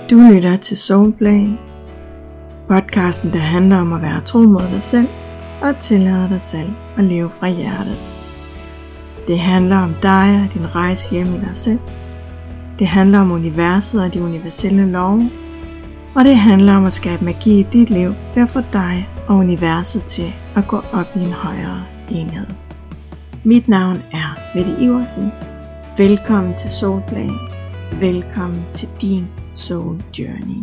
Du lytter til Soulplay, podcasten der handler om at være tro mod dig selv og tillade dig selv at leve fra hjertet. Det handler om dig og din rejse hjem i dig selv. Det handler om universet og de universelle love. Og det handler om at skabe magi i dit liv ved at få dig og universet til at gå op i en højere enhed. Mit navn er Mette Iversen. Velkommen til Soulplay. Velkommen til din Soul Journey.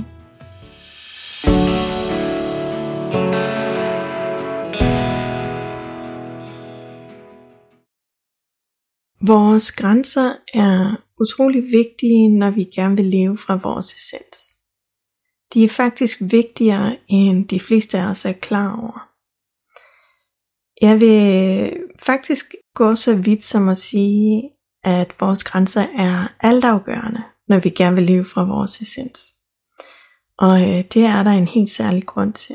Vores grænser er utrolig vigtige, når vi gerne vil leve fra vores essens. De er faktisk vigtigere, end de fleste af os er klar over. Jeg vil faktisk gå så vidt som at sige, at vores grænser er altafgørende, når vi gerne vil leve fra vores essens. Og det er der en helt særlig grund til.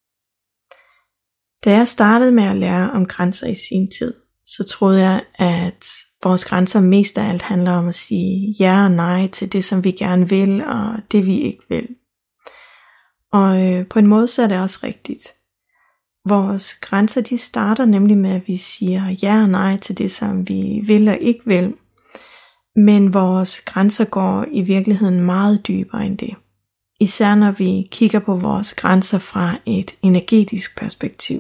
Da jeg startede med at lære om grænser i sin tid, så troede jeg, at vores grænser mest af alt handler om at sige ja og nej til det, som vi gerne vil, og det vi ikke vil. Og på en måde så er det også rigtigt. Vores grænser de starter nemlig med, at vi siger ja og nej til det, som vi vil og ikke vil. Men vores grænser går i virkeligheden meget dybere end det. Især når vi kigger på vores grænser fra et energetisk perspektiv.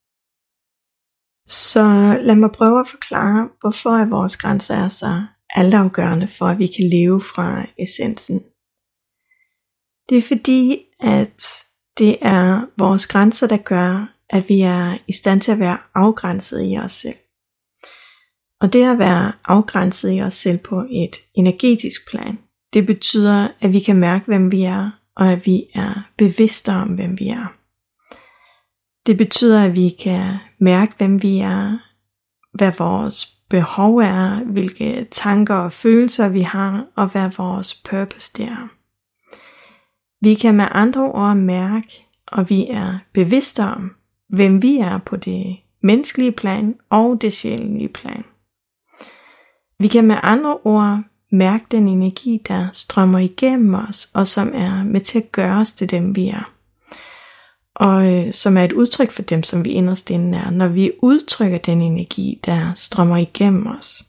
Så lad mig prøve at forklare, hvorfor vores grænser er så altafgørende for, at vi kan leve fra essensen. Det er fordi, at det er vores grænser, der gør, at vi er i stand til at være afgrænset i os selv. Og det at være afgrænset i os selv på et energetisk plan, det betyder, at vi kan mærke, hvem vi er, og at vi er bevidste om, hvem vi er. Det betyder, at vi kan mærke, hvem vi er, hvad vores behov er, hvilke tanker og følelser vi har, og hvad vores purpose det er. Vi kan med andre ord mærke, og vi er bevidste om, hvem vi er på det menneskelige plan og det sjælelige plan. Vi kan med andre ord mærke den energi, der strømmer igennem os, og som er med til at gøre os til dem, vi er. Og som er et udtryk for dem, som vi inderst inde er, når vi udtrykker den energi, der strømmer igennem os.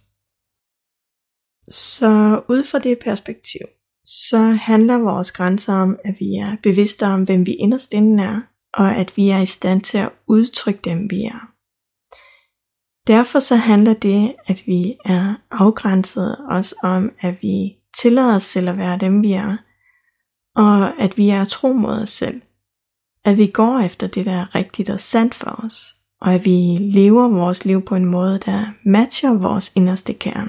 Så ud fra det perspektiv, så handler vores grænser om, at vi er bevidste om, hvem vi inderst inde er, og at vi er i stand til at udtrykke dem, vi er. Derfor så handler det, at vi er afgrænset også om, at vi tillader os selv at være dem, vi er, og at vi er tro mod os selv. At vi går efter det, der er rigtigt og sandt for os, og at vi lever vores liv på en måde, der matcher vores inderste kerne.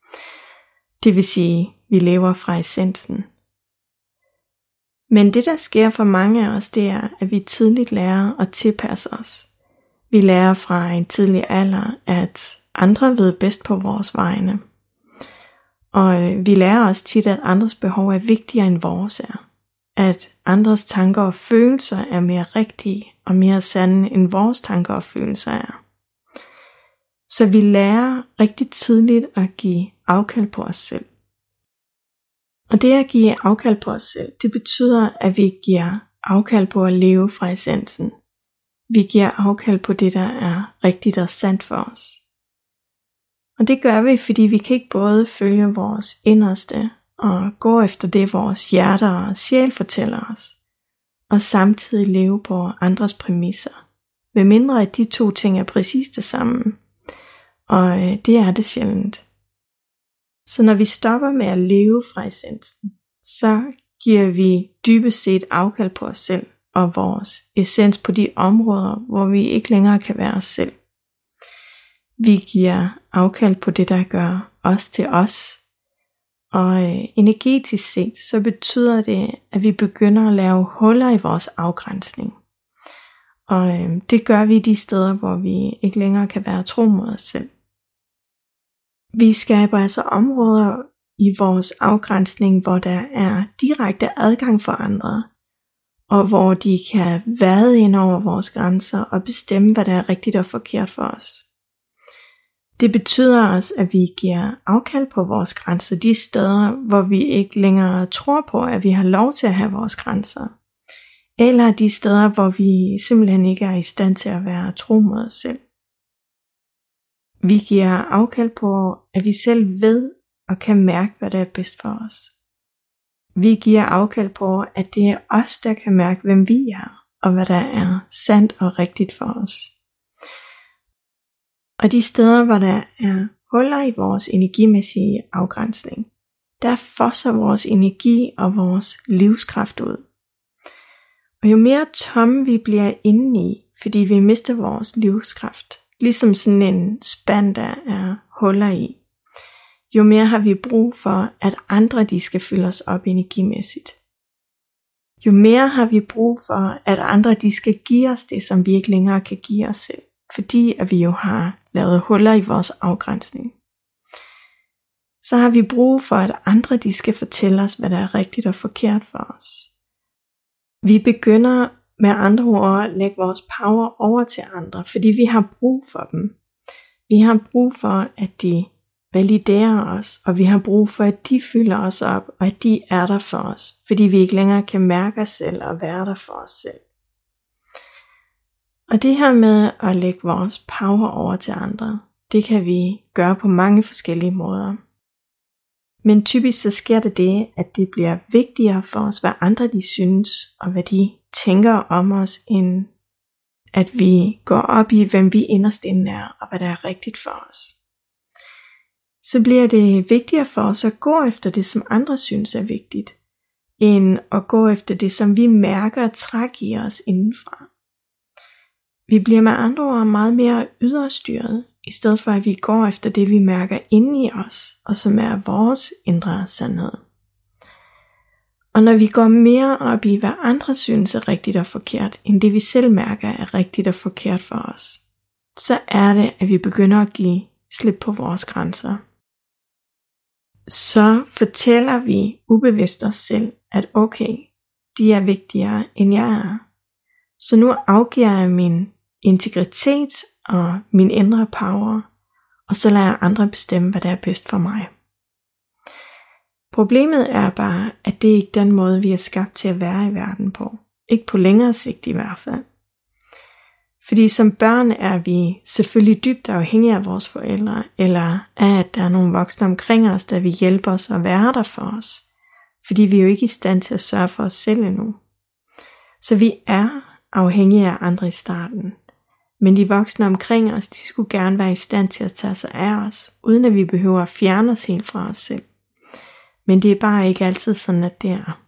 Det vil sige, vi lever fra essensen. Men det, der sker for mange af os, det er, at vi tidligt lærer at tilpasse os. Vi lærer fra en tidlig alder, at andre ved bedst på vores vegne. Og vi lærer også tit, at andres behov er vigtigere end vores er. At andres tanker og følelser er mere rigtige og mere sande, end vores tanker og følelser er. Så vi lærer rigtig tidligt at give afkald på os selv. Og det at give afkald på os selv, det betyder, at vi giver afkald på at leve fra essensen. Vi giver afkald på det, der er rigtigt og sandt for os. Og det gør vi, fordi vi kan ikke både følge vores inderste og gå efter det, vores hjerter og sjæl fortæller os, og samtidig leve på andres præmisser. Med mindre at de to ting er præcis det samme. Og det er det sjældent. Så når vi stopper med at leve fra essensen, så giver vi dybest set afkald på os selv og vores essens på de områder, hvor vi ikke længere kan være os selv. Vi giver afkald på det, der gør os til os. Og energetisk set, så betyder det, at vi begynder at lave huller i vores afgrænsning. Og det gør vi de steder, hvor vi ikke længere kan være tro mod os selv. Vi skaber altså områder i vores afgrænsning, hvor der er direkte adgang for andre, og hvor de kan vade ind over vores grænser og bestemme, hvad der er rigtigt og forkert for os. Det betyder også, at vi giver afkald på vores grænser de steder, hvor vi ikke længere tror på, at vi har lov til at have vores grænser. Eller de steder, hvor vi simpelthen ikke er i stand til at være tro mod os selv. Vi giver afkald på, at vi selv ved og kan mærke, hvad der er bedst for os. Vi giver afkald på, at det er os, der kan mærke, hvem vi er, og hvad der er sandt og rigtigt for os. Og de steder, hvor der er huller i vores energimæssige afgrænsning, der fosser vores energi og vores livskraft ud. Og jo mere tomme vi bliver indeni, fordi vi mister vores livskraft, ligesom sådan en spand, der er huller i, jo mere har vi brug for, at andre de skal fylde os op energimæssigt. Jo mere har vi brug for, at andre de skal give os det, som vi ikke længere kan give os selv, fordi at vi jo har lavet huller i vores afgrænsning. Så har vi brug for, at andre de skal fortælle os, hvad der er rigtigt og forkert for os. Vi begynder med andre ord at lægge vores power over til andre, fordi vi har brug for dem. Vi har brug for, at de validerer os, og vi har brug for, at de fylder os op, og at de er der for os, fordi vi ikke længere kan mærke os selv og være der for os selv. Og det her med at lægge vores power over til andre, det kan vi gøre på mange forskellige måder. Men typisk så sker det, at det bliver vigtigere for os, hvad andre de synes, og hvad de tænker om os, end at vi går op i, hvem vi inderst inde er, og hvad der er rigtigt for os. Så bliver det vigtigere for os at gå efter det, som andre synes er vigtigt, end at gå efter det, som vi mærker træk i os indenfra. Vi bliver med andre ord meget mere yderstyret, i stedet for at vi går efter det, vi mærker inde i os, og som er vores indre sandhed. Og når vi går mere op i, hvad andre synes er rigtigt og forkert, end det vi selv mærker er rigtigt og forkert for os, så er det, at vi begynder at give slip på vores grænser. Så fortæller vi ubevidst os selv, at okay, de er vigtigere end jeg er. Så nu afgiver jeg min integritet og min indre power, og så lader jeg andre bestemme, hvad der er bedst for mig. Problemet er bare, at det ikke er den måde, vi er skabt til at være i verden på. Ikke på længere sigt i hvert fald. Fordi som børn er vi selvfølgelig dybt afhængige af vores forældre, eller af at der er nogle voksne omkring os, der vil hjælpe os og være der for os. Fordi vi er jo ikke i stand til at sørge for os selv endnu. Så vi er afhængige af andre i starten. Men de voksne omkring os, de skulle gerne være i stand til at tage sig af os, uden at vi behøver at fjerne os helt fra os selv. Men det er bare ikke altid sådan, at det er.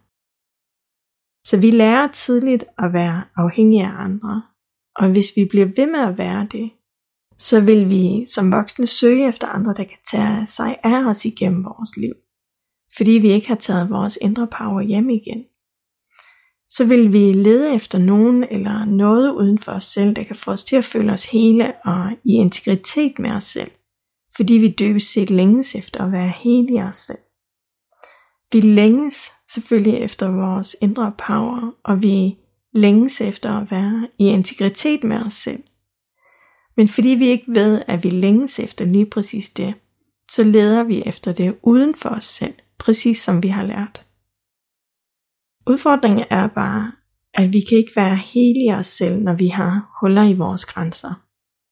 Så vi lærer tidligt at være afhængige af andre. Og hvis vi bliver ved med at være det, så vil vi som voksne søge efter andre, der kan tage sig af os igennem vores liv. Fordi vi ikke har taget vores indre power hjem igen. Så vil vi lede efter nogen eller noget uden for os selv, der kan få os til at føle os hele og i integritet med os selv. Fordi vi dybest set længes efter at være hele i os selv. Vi længes selvfølgelig efter vores indre power, og vi længes efter at være i integritet med os selv. Men fordi vi ikke ved, at vi længes efter lige præcis det, så leder vi efter det uden for os selv, præcis som vi har lært. Udfordringen er bare, at vi kan ikke være hele i os selv, når vi har huller i vores grænser.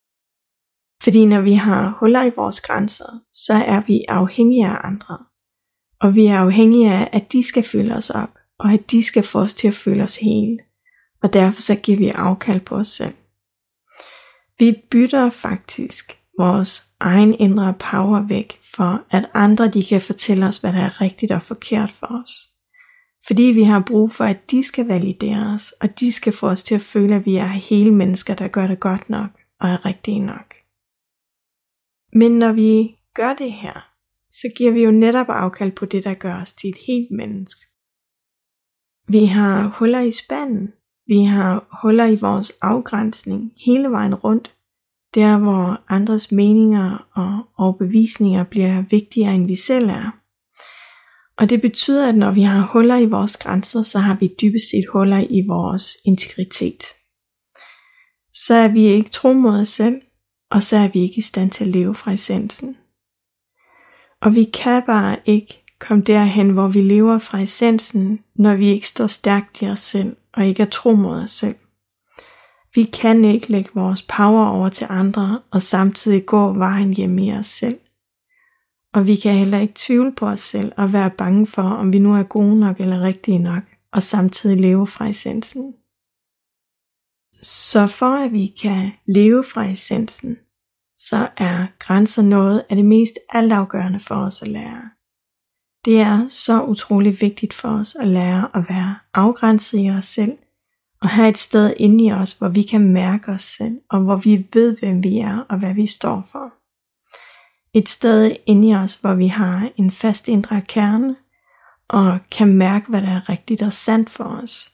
Fordi når vi har huller i vores grænser, så er vi afhængige af andre. Og vi er afhængige af, at de skal fylde os op, og at de skal få os til at føle os hele. Og derfor så giver vi afkald på os selv. Vi bytter faktisk vores egen indre power væk, for at andre de kan fortælle os, hvad der er rigtigt og forkert for os. Fordi vi har brug for, at de skal validere os, og de skal få os til at føle, at vi er hele mennesker, der gør det godt nok og er rigtige nok. Men når vi gør det her, så giver vi jo netop afkald på det, der gør os til et helt menneske. Vi har huller i spanden. Vi har huller i vores afgrænsning hele vejen rundt. Der hvor andres meninger og overbevisninger bliver vigtigere end vi selv er. Og det betyder, at når vi har huller i vores grænser, så har vi dybest set huller i vores integritet. Så er vi ikke tro mod os selv, og så er vi ikke i stand til at leve fra essensen. Og vi kan bare ikke komme derhen, hvor vi lever fra essensen, når vi ikke står stærkt i os selv, og ikke er tro mod os selv. Vi kan ikke lægge vores power over til andre, og samtidig gå vejen hjem i os selv. Og vi kan heller ikke tvivle på os selv, og være bange for, om vi nu er gode nok eller rigtige nok, og samtidig leve fra essensen. Så for at vi kan leve fra essensen, så er grænser noget af det mest altafgørende for os at lære. Det er så utrolig vigtigt for os at lære at være afgrænset i os selv, og have et sted inde i os, hvor vi kan mærke os selv, og hvor vi ved, hvem vi er og hvad vi står for. Et sted inde i os, hvor vi har en fast indre kerne, og kan mærke, hvad der er rigtigt og sandt for os.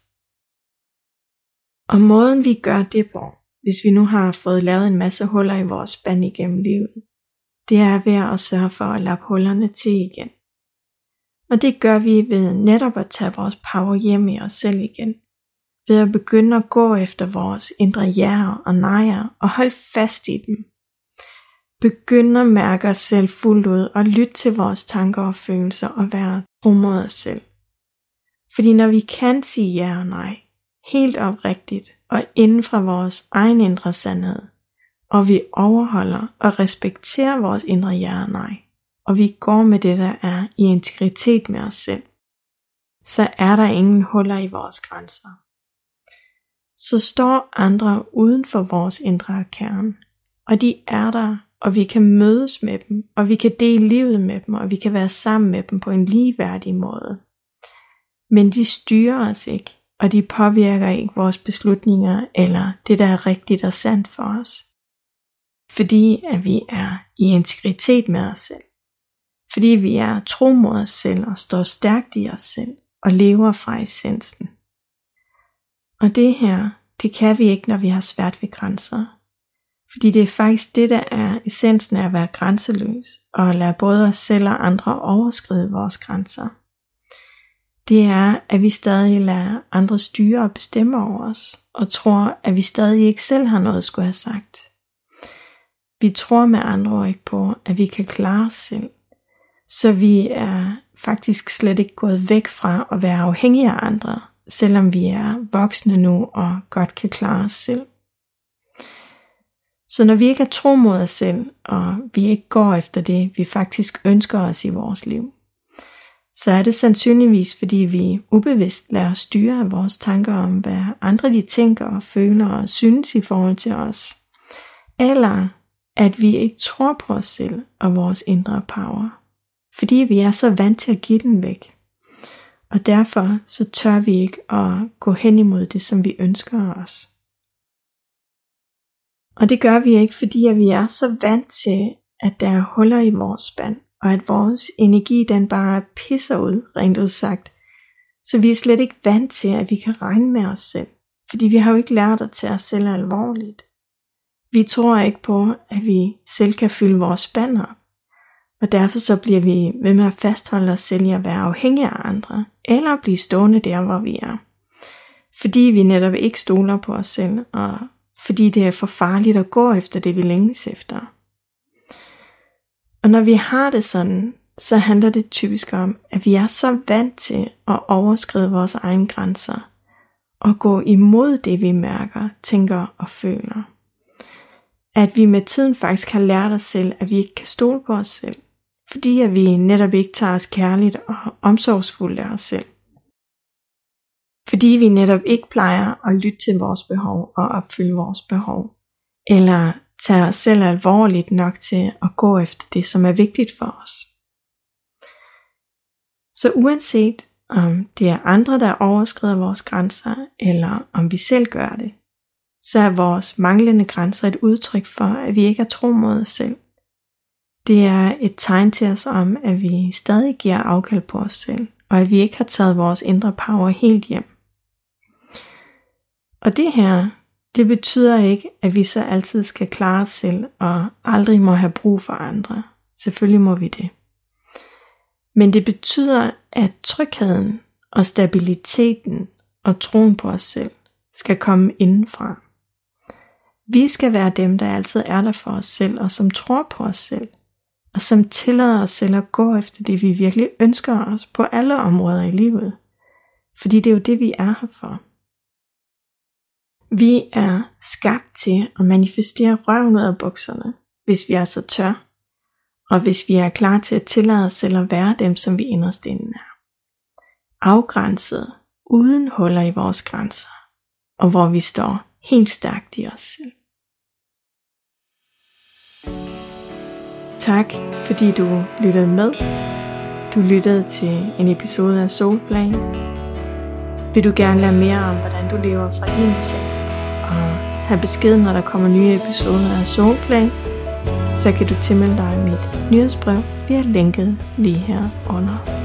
Og måden vi gør det på, hvis vi nu har fået lavet en masse huller i vores spand igennem livet, det er ved at sørge for at lappe hullerne til igen. Og det gør vi ved netop at tage vores power hjem i os selv igen. Ved at begynde at gå efter vores indre jæger og nejer og holde fast i dem. Begynd at mærke os selv fuldt ud og lytte til vores tanker og følelser og være tro mod os selv. Fordi når vi kan sige ja og nej, helt oprigtigt og inden fra vores egen indre sandhed, og vi overholder og respekterer vores indre ja og nej, og vi går med det der er i integritet med os selv, så er der ingen huller i vores grænser. Så står andre uden for vores indre kerne, og de er der, og vi kan mødes med dem, og vi kan dele livet med dem, og vi kan være sammen med dem på en ligeværdig måde. Men de styrer os ikke, og de påvirker ikke vores beslutninger, eller det der er rigtigt og sandt for os. Fordi at vi er i integritet med os selv. Fordi vi er tro mod os selv, og står stærkt i os selv, og lever fra essensen. Og det her, det kan vi ikke, når vi har svært ved grænser. Fordi det er faktisk det, der er essensen af at være grænseløs, og at lade både os selv og andre overskride vores grænser. Det er, at vi stadig lader andre styre og bestemme over os, og tror, at vi stadig ikke selv har noget at skulle have sagt. Vi tror med andre ord ikke på, at vi kan klare os selv, så vi er faktisk slet ikke gået væk fra at være afhængige af andre, selvom vi er voksne nu og godt kan klare os selv. Så når vi ikke er tro mod os selv, og vi ikke går efter det, vi faktisk ønsker os i vores liv, så er det sandsynligvis, fordi vi ubevidst lader os styre af vores tanker om, hvad andre de tænker og føler og synes i forhold til os. Eller at vi ikke tror på os selv og vores indre power, fordi vi er så vant til at give den væk. Og derfor så tør vi ikke at gå hen imod det, som vi ønsker os. Og det gør vi ikke, fordi at vi er så vant til, at der er huller i vores spand, og at vores energi den bare pisser ud, rent ud sagt. Så vi er slet ikke vant til, at vi kan regne med os selv, fordi vi har jo ikke lært at tage os selv alvorligt. Vi tror ikke på, at vi selv kan fylde vores spand op, og derfor så bliver vi ved med at fastholde os selv i at være afhængige af andre, eller blive stående der, hvor vi er. Fordi vi netop ikke stoler på os selv, og fordi det er for farligt at gå efter det, vi længes efter. Og når vi har det sådan, så handler det typisk om, at vi er så vant til at overskride vores egne grænser, og gå imod det, vi mærker, tænker og føler. At vi med tiden faktisk har lært os selv, at vi ikke kan stole på os selv, fordi at vi netop ikke tager os kærligt og omsorgsfuldt af os selv. Fordi vi netop ikke plejer at lytte til vores behov og opfylde vores behov, eller tage os selv alvorligt nok til at gå efter det, som er vigtigt for os. Så uanset om det er andre, der overskrider vores grænser, eller om vi selv gør det, så er vores manglende grænser et udtryk for, at vi ikke er tro mod os selv. Det er et tegn til os om, at vi stadig giver afkald på os selv, og at vi ikke har taget vores indre power helt hjem. Og det her, det betyder ikke, at vi så altid skal klare os selv, og aldrig må have brug for andre. Selvfølgelig må vi det. Men det betyder, at trygheden og stabiliteten og troen på os selv skal komme indenfra. Vi skal være dem, der altid er der for os selv, og som tror på os selv, og som tillader os selv at gå efter det, vi virkelig ønsker os på alle områder i livet. Fordi det er jo det, vi er her for. Vi er skabt til at manifestere røven ud af bukserne, hvis vi er så tør, og hvis vi er klar til at tillade os selv at være dem, som vi inderst inde er. Afgrænset, uden huller i vores grænser, og hvor vi står helt stærkt i os selv. Tak, fordi du lyttede med. Du lyttede til en episode af Soulplan. Vil du gerne lære mere om, hvordan du lever fra din essens, og have besked, når der kommer nye episoder af Soulplan, så kan du tilmelde dig mit nyhedsbrev via linket lige her under.